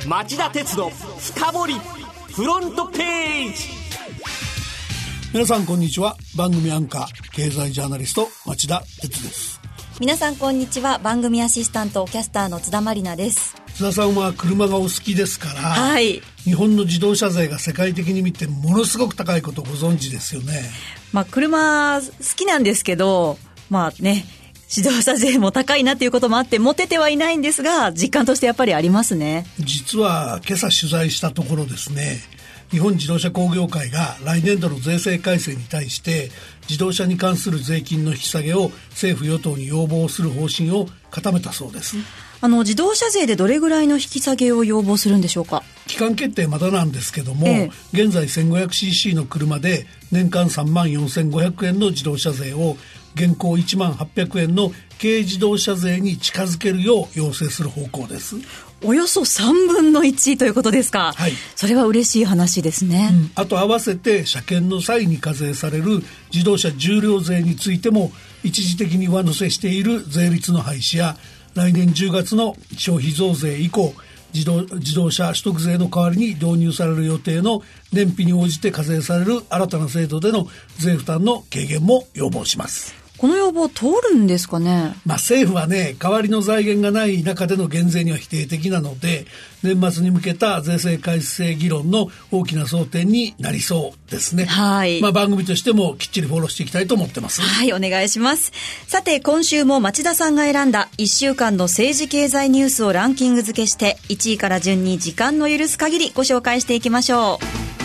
町田鉄の深掘りフロントページ。 皆さんこんにちは。番組アンカー経済ジャーナリスト町田鉄です。 皆さんこんにちは。番組アシスタントキャスターの津田まりなです。 津田さんは車がお好きですから、 はい、 日本の自動車税が世界的に見てものすごく高いことをご存知ですよね。 車好きなんですけど、自動車税も高いなということもあって持ててはいないんですが、実感としてやっぱりありますね。 実は今朝取材したところですね、日本自動車工業会が来年度の税制改正に対して自動車に関する税金の引き下げを政府与党に要望する方針を固めたそうです。 自動車税でどれぐらいの引き下げを要望するんでしょうか。 期間決定まだなんですけども、現在 1500cc の車で年間34,500円の自動車税を現行18,800円の軽自動車税に近づけるよう要請する方向です。 およそ3分の1ということですか。 はい、 それは嬉しい話ですね。 あと合わせて車検の際に課税される自動車重量税についても一時的に上乗せしている税率の廃止や、来年10月の消費増税以降自動車取得税の代わりに導入される予定の燃費に応じて課税される新たな制度での税負担の軽減も要望します。 この要望通るんですかね。 政府はね、代わりの財源がない中での減税には否定的なので、年末に向けた税制改正議論の大きな争点になりそうですね。 はい。 番組としてもきっちりフォローしていきたいと思ってます。 はい、お願いします。さて、今週も町田さんが選んだ1週間の政治経済ニュースをランキング付けして1位から順に時間の許す限りご紹介していきましょ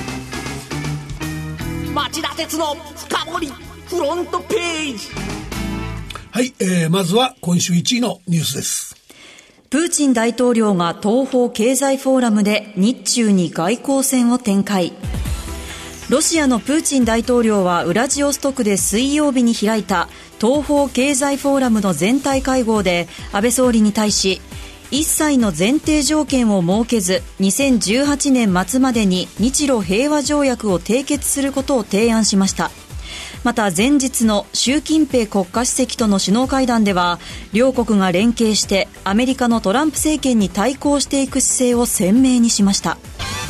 う。町田鉄の深掘りフロントページ。 はい、まずは今週1位のニュースです。 プーチン大統領が東方経済フォーラムで日中に外交戦を展開。ロシアのプーチン大統領はウラジオストクで水曜日に開いた東方経済フォーラムの全体会合で安倍総理に対し、一切の前提条件を設けず2018年末までに日露平和条約を締結することを提案しました。また前日の習近平国家主席との首脳会談では、両国が連携してアメリカのトランプ政権に対抗していく姿勢を鮮明にしました。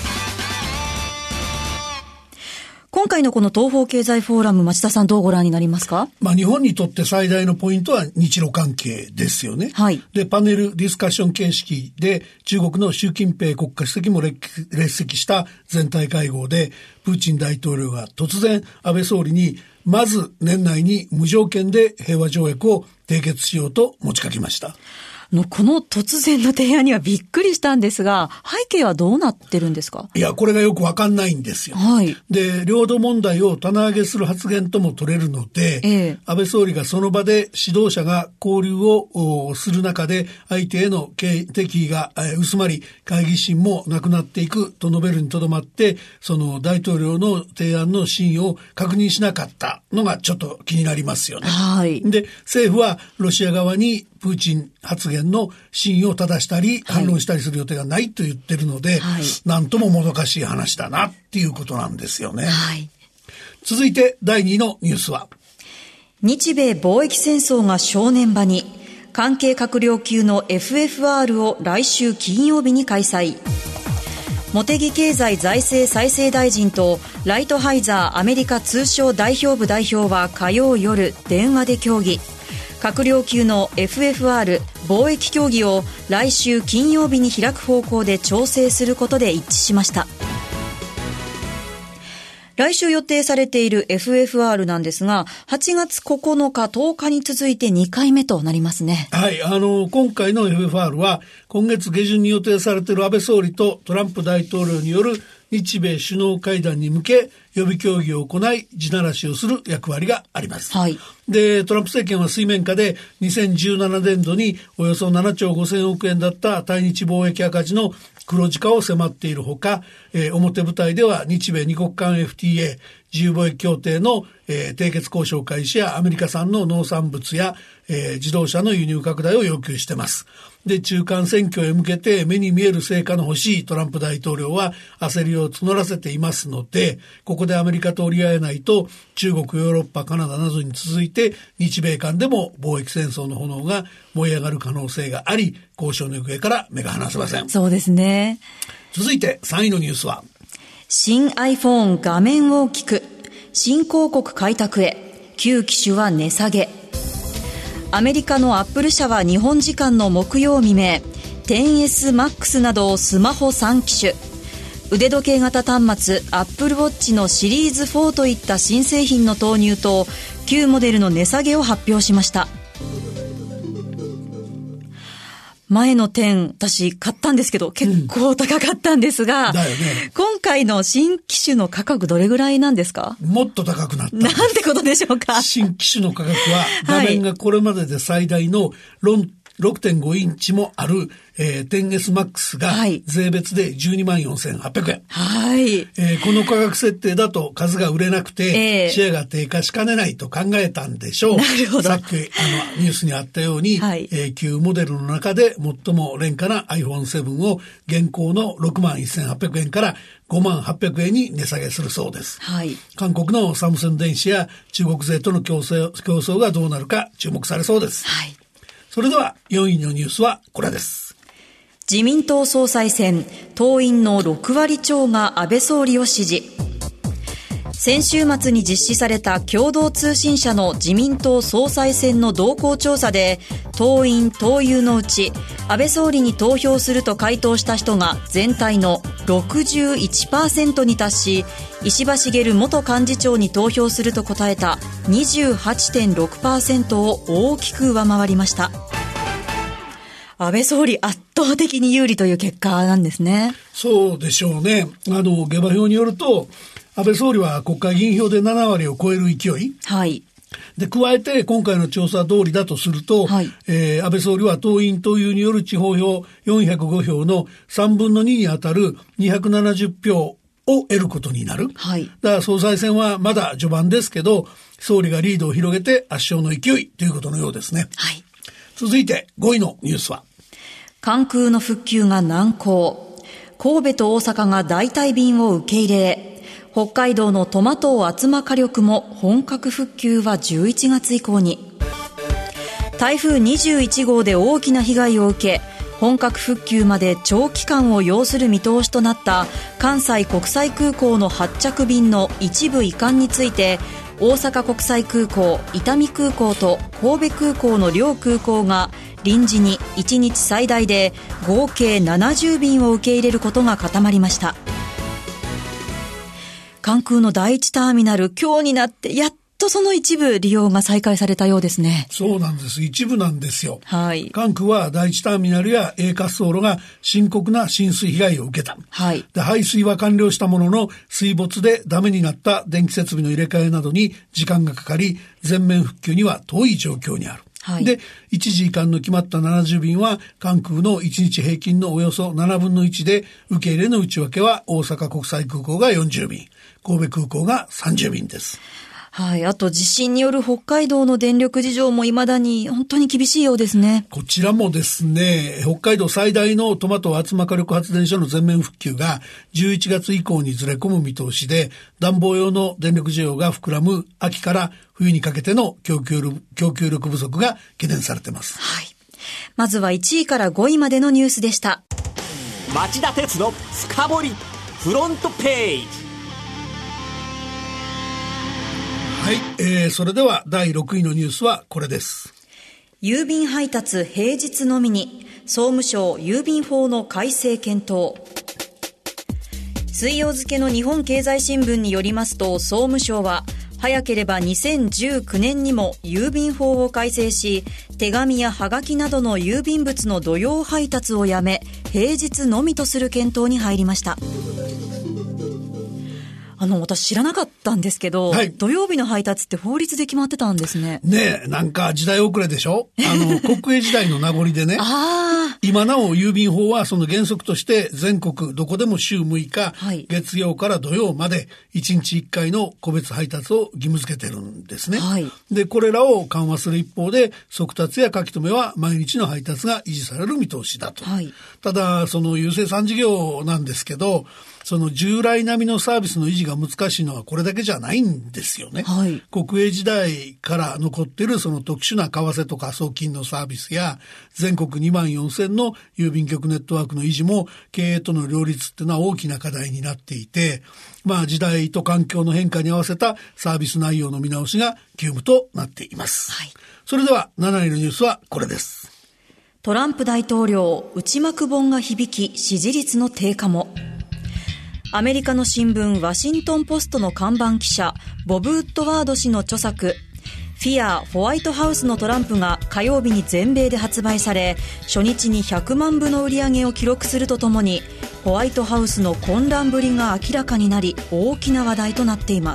今回のこの東方経済フォーラム、町田さんどうご覧になりますか。 日本にとって最大のポイントは日露関係ですよね。 はい。 で、パネルディスカッション形式で中国の習近平国家主席も列席した全体会合で、プーチン大統領が突然安倍総理にまず年内に無条件で平和条約を締結しようと持ちかけました。 この突然の提案にはびっくりしたんですが、背景はどうなってるんですか。 いや、これがよくわかんないんですよ。 はい。 で、領土問題を棚上げする発言とも取れるので、安倍総理がその場で指導者が交流をする中で相手への敵意が薄まり、会議心もなくなっていくと述べるにとどまって、その大統領の提案の真意を確認しなかったのがちょっと気になりますよね。 はい。 で、政府はロシア側にプーチン発言の真意を正したり反論したりする予定がないと言ってるので、なんとももどかしい話だなっていうことなんですよね。 はい。 続いて第2位のニュースは、 日米貿易戦争が正念場に、関係閣僚級の FFR を来週金曜日に開催。茂木経済財政再生大臣とライトハイザーアメリカ通商代表部代表は火曜夜電話で協議。閣僚級の FFR 貿易協議を来週金曜日に開く方向で調整することで一致しました。来週予定されている FFR なんですが、8月9日、10日に続いて2回目となりますね。 はい、今回の FFR は今月下旬に予定されている安倍総理とトランプ大統領による日米首脳会談に向け予備協議を行い地ならしをする役割があります。 はい。 で、トランプ政権は水面下で2017年度におよそ7兆5000億円だった対日貿易赤字の黒字化を迫っているほか、表舞台では日米二国間 FTA 自由貿易協定の、締結交渉開始やアメリカ産の農産物や、自動車の輸入拡大を要求しています。で、中間選挙へ向けて目に見える成果の欲しいトランプ大統領は焦りを募らせていますので、ここでアメリカと折り合えないと中国、ヨーロッパ、カナダなどに続いてて日米間でも貿易戦争の炎が燃え上がる可能性があり、交渉の行方から目が離せません。 そうですね。 続いて3位のニュースは、 新 iPhone 画面大きく、新広告開拓へ、旧機種は値下げ。アメリカのアップル社は日本時間の木曜未明、10S Max などスマホ3機種、腕時計型端末 Apple Watch のシリーズ4といった新製品の投入と旧モデルの値下げを発表しました。前の10、私買ったんですけど結構高かったんですが、 だよね、 今回の新機種の価格どれぐらいなんですか？ もっと高くなった。 なんてことでしょうか？ 新機種の価格は画面がこれまでで最大の6.5 インチもある、10S Max が税別で124,800円。 はい。 この価格設定だと数が売れなくて、シェアが低下しかねないと考えたんでしょう。 なるほど。 さっきニュースにあったように、旧モデルの中で最も廉価な iPhone7 を現行の61,800円から5800円に値下げするそうです。 はい。 韓国のサムスン電子や中国勢との競争がどうなるか注目されそうです。 はい。 それでは4位のニュースはこれです。 自民党総裁選、党員の6割超が安倍総理を支持。先週末に実施された共同通信社の自民党総裁選の動向調査で、党員・党友のうち安倍総理に投票すると回答した人が全体の 61% に達し、石破茂元幹事長に投票すると答えた 28.6% を大きく上回りました。安倍総理圧倒的に有利という結果なんですね。 そうでしょうね。下馬評によると、安倍総理は国会議員票で7割を超える勢い。 はい。 で、加えて今回の調査通りだとすると、安倍総理は党員党友による地方票405票の3分の2に当たる270票を得ることになる。 はい。 だから総裁選はまだ序盤ですけど、総理がリードを広げて圧勝の勢いということのようですね。 はい。 続いて5位のニュースは、 関空の復旧が難航。神戸と大阪が代替便を受け入れ。北海道のトマト厚真火力も本格復旧は11月以降に。台風21号で大きな被害を受け、本格復旧まで長期間を要する見通しとなった関西国際空港の発着便の一部移管について、大阪国際空港、伊丹空港と神戸空港の両空港が臨時に1日最大で合計70便を受け入れることが固まりました。関空の第一ターミナル、今日になってやっとその一部利用が再開されたようですね。 そうなんです。一部なんですよ。 はい。 関空は第一ターミナルや A 滑走路が深刻な浸水被害を受けた。 はい。 で、排水は完了したものの、水没でダメになった電気設備の入れ替えなどに時間がかかり、全面復旧には遠い状況にある。 はい、 で、一時移管の決まった70便は関空の1日平均のおよそ7分の1で、受け入れの内訳は大阪国際空港が40便、神戸空港が30便です。 はい。あと地震による北海道の電力事情も未だに本当に厳しいようですね。 こちらもですね、北海道最大のトマト厚真火力発電所の全面復旧が11月以降にずれ込む見通しで、暖房用の電力需要が膨らむ秋から冬にかけての供給力不足が懸念されています。 はい。まずは1位から5位までのニュースでした。 町田鉄の深掘りフロントページ。 はい、それでは第6位のニュースはこれです。 郵便配達平日のみに、総務省郵便法の改正検討。水曜付の日本経済新聞によりますと、総務省は早ければ2019年にも郵便法を改正し、手紙やハガキなどの郵便物の土曜配達をやめ、平日のみとする検討に入りました。私知らなかったんですけど、はい、土曜日の配達って法律で決まってたんですね。 ねえ、なんか時代遅れでしょ。国営時代の名残でね。今なお郵便法はその原則として全国どこでも週6日、はい、月曜から土曜まで1日1回の個別配達を義務付けてるんですね。はい、で、これらを緩和する一方で、速達や書き留めは毎日の配達が維持される見通しだと。はい、 ただその郵政3事業なんですけど、その従来並みのサービスの維持が難しいのはこれだけじゃないんですよね、はい、国営時代から残っているその特殊な為替とか送金のサービスや全国2万4000の郵便局ネットワークの維持も経営との両立っていうのは大きな課題になっていて、時代と環境の変化に合わせたサービス内容の見直しが急務となっています、はい、それでは7位のニュースはこれです。 トランプ大統領内幕本が響き支持率の低下も。アメリカの新聞ワシントンポストの看板記者ボブ・ウッドワード氏の著作フィア・ホワイトハウスのトランプが火曜日に全米で発売され、初日に100万部の売り上げを記録するとともにホワイトハウスの混乱ぶりが明らかになり大きな話題となっています。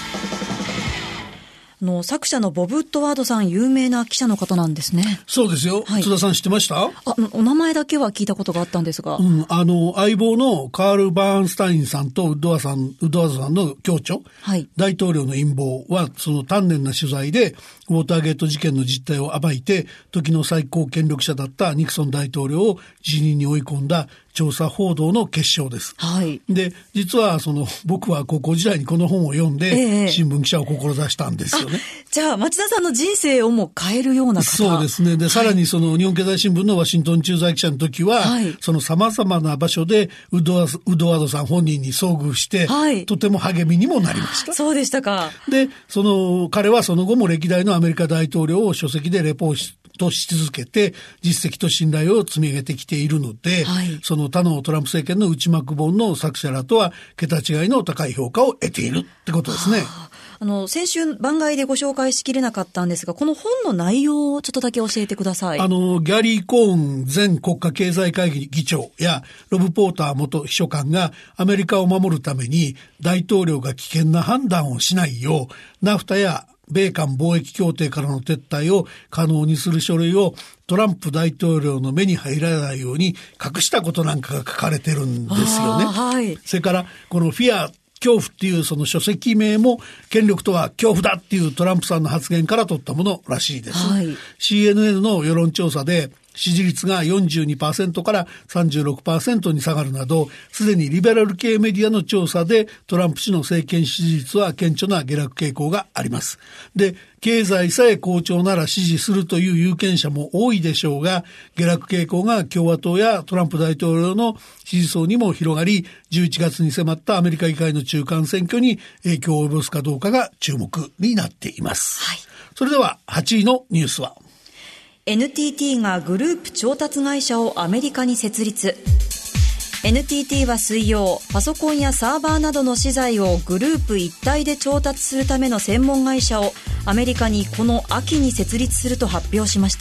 作者のボブ・ウッドワードさん、有名な記者の方なんですね。 そうですよ、はい、津田さん知ってました？ お名前だけは聞いたことがあったんですが、 相棒のカール・バーンスタインさんとウッドワードさんの共著、はい、大統領の陰謀はその丹念な取材でウォーターゲート事件の実態を暴いて、時の最高権力者だったニクソン大統領を辞任に追い込んだ調査報道の結晶です、はい、で実は僕は高校時代にこの本を読んで、新聞記者を志したんですよね。 じゃあ町田さんの人生をも変えるような方。 そうですね。で、さらに日本経済新聞のワシントン駐在記者の時は、はい、様々な場所でウッドワードさん本人に遭遇して、はい、とても励みにもなりました。 そうでしたか。 で彼はその後も歴代のアメリカ大統領を書籍でレポートし続けて実績と信頼を積み上げてきているので、はい、その他のトランプ政権の内幕本の作者らとは桁違いの高い評価を得ているってことですね。 先週番外でご紹介しきれなかったんですが、この本の内容をちょっとだけ教えてください。 ギャリー・コーン前国家経済会議議長やロブ・ポーター元秘書官がアメリカを守るために大統領が危険な判断をしないようナフタや米韓貿易協定からの撤退を可能にする書類をトランプ大統領の目に入らないように隠したことなんかが書かれてるんですよね、はい、それからこのフィア恐怖っていうその書籍名も権力とは恐怖だっていうトランプさんの発言から取ったものらしいです、はい、CNN の世論調査で支持率が 42% から 36% に下がるなど、すでにリベラル系メディアの調査でトランプ氏の政権支持率は顕著な下落傾向があります。で、経済さえ好調なら支持するという有権者も多いでしょうが、下落傾向が共和党やトランプ大統領の支持層にも広がり、11月に迫ったアメリカ議会の中間選挙に影響を及ぼすかどうかが注目になっています、はい、それでは8位のニュースは、 NTT がグループ調達会社をアメリカに設立。 NTT は水曜、パソコンやサーバーなどの資材をグループ一体で調達するための専門会社をアメリカにこの秋に設立すると発表しました。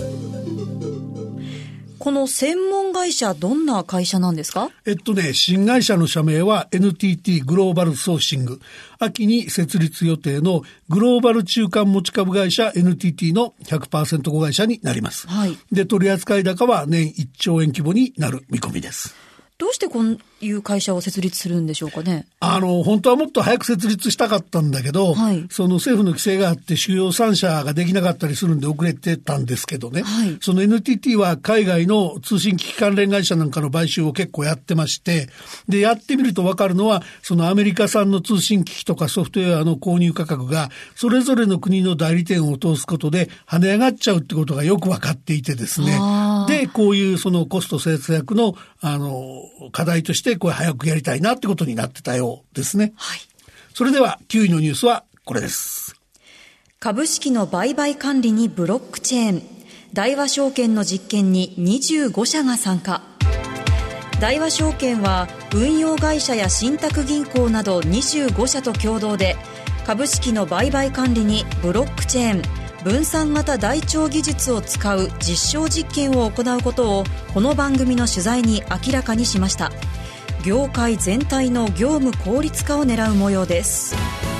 この専門会社、どんな会社なんですか？ 新会社の社名は NTT グローバルソーシング。秋に設立予定のグローバル中間持ち株会社 NTT の 100% 子会社になります、はい、で、取扱高は年1兆円規模になる見込みです。 どうしてこういう会社を設立するんでしょうかね。 本当はもっと早く設立したかったんだけど、はい、その政府の規制があって主要3社ができなかったりするんで遅れてたんですけどね、はい、その NTT は海外の通信機器関連会社なんかの買収を結構やってまして、で、やってみると分かるのは、そのアメリカ産の通信機器とかソフトウェアの購入価格がそれぞれの国の代理店を通すことで跳ね上がっちゃうってことがよく分かっていてですね、で、こういうそのコスト節約の課題としてこれ早くやりたいなってことになってたようですね、はい、それでは9位のニュースはこれです。 株式の売買管理にブロックチェーン。大和証券の実験に25社が参加。大和証券は運用会社や信託銀行など25社と共同で株式の売買管理にブロックチェーン、分散型台帳技術を使う実証実験を行うことをこの番組の取材に明らかにしました。業界全体の業務効率化を狙う模様です。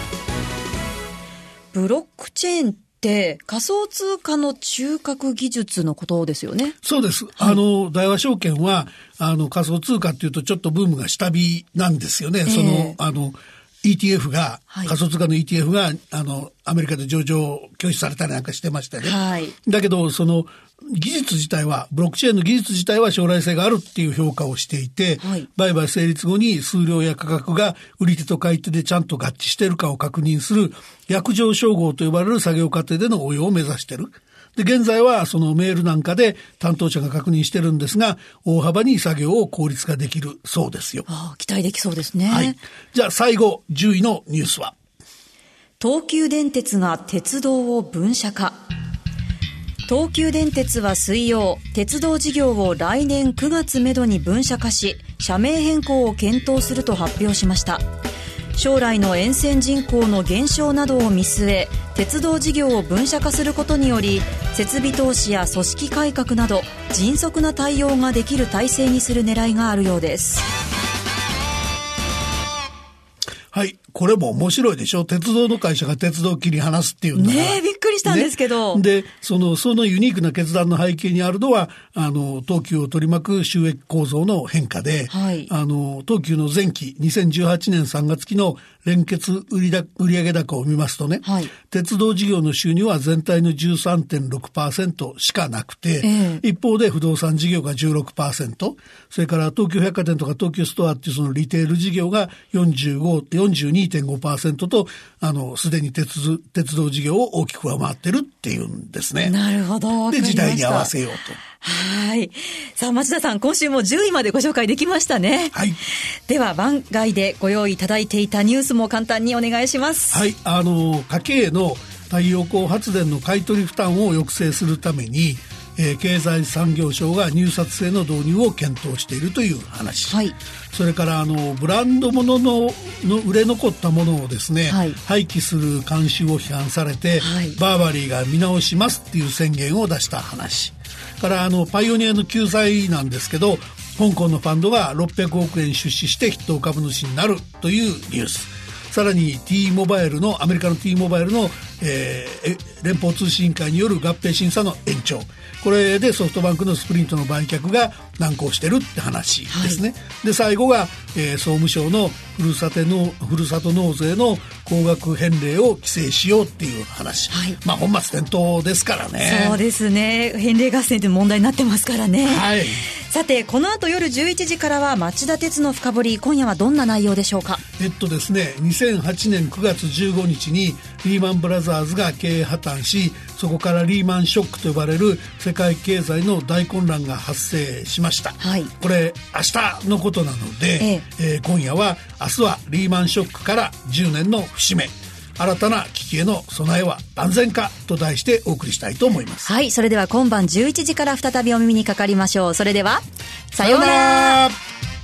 ブロックチェーンって仮想通貨の中核技術のことですよね。 そうです、はい、大和証券は仮想通貨っていうとちょっとブームが下火なんですよね、 ETF が、仮想通貨の ETF がアメリカで上場拒否されたりなんかしてましたね、だけどその技術自体はブロックチェーンの技術自体は将来性があるっていう評価をしていて、売買成立後に数量や価格が売り手と買い手でちゃんと合致しているかを確認する約定照合と呼ばれる作業過程での応用を目指している。で、現在はそのメールなんかで担当者が確認してるんですが、大幅に作業を効率化できるそうですよ。 期待できそうですね。 じゃあ最後10位のニュースは、 東急電鉄が鉄道を分社化。東急電鉄は水曜、鉄道事業を来年9月めどに分社化し、社名変更を検討すると発表しました。将来の沿線人口の減少などを見据え、鉄道事業を分社化することにより、設備投資や組織改革など迅速な対応ができる体制にする狙いがあるようです。 これも面白いでしょ。鉄道の会社が鉄道を切り離すっていうんだからね。びっくりしたんですけど、 でそのユニークな決断の背景にあるのは東急を取り巻く収益構造の変化で、東急の前期2018年3月期の連結売上高を見ますとね、鉄道事業の収入は全体の 13.6% しかなくて、一方で不動産事業が 16%、 それから東急百貨店とか東急ストアっていうそのリテール事業が 42.5% とすでに鉄道事業を大きく上回ってるっていうんですね。 なるほど。 で、時代に合わせようと。 さあ、町田さん、今週も10位までご紹介できましたね。では番外でご用意いただいていたニュースも簡単にお願いします。 家計への太陽光発電の買取負担を抑制するために、経済産業省が入札制の導入を検討しているという話、それからブランド物の売れ残ったものをですね、廃棄する慣習を批判されて、バーバリーが見直しますっていう宣言を出した話からパイオニアの救済なんですけど、香港のファンドが600億円出資して筆頭株主になるというニュース、さらに T モバイルのアメリカの T モバイルの、連邦通信委員会による合併審査の延長、これでソフトバンクのスプリントの売却が難航してるって話ですね、で最後が、総務省のふるさと納税の高額返礼を規制しようっていう話、本末転倒ですからね。 そうですね、返礼合戦という問題になってますからね。さて、この後夜11時からは町田鉄の深掘り、今夜はどんな内容でしょうか。 ですね、2008年9月15日にリーマンブラザーズが経営破綻し、そこからリーマンショックと呼ばれる世界経済の大混乱が発生しました、これ明日のことなので、今夜は明日はリーマンショックから10年の節目、新たな危機への備えは万全かと題してお送りしたいと思います。 それでは今晩11時から再びお耳にかかりましょう。それではさようなら。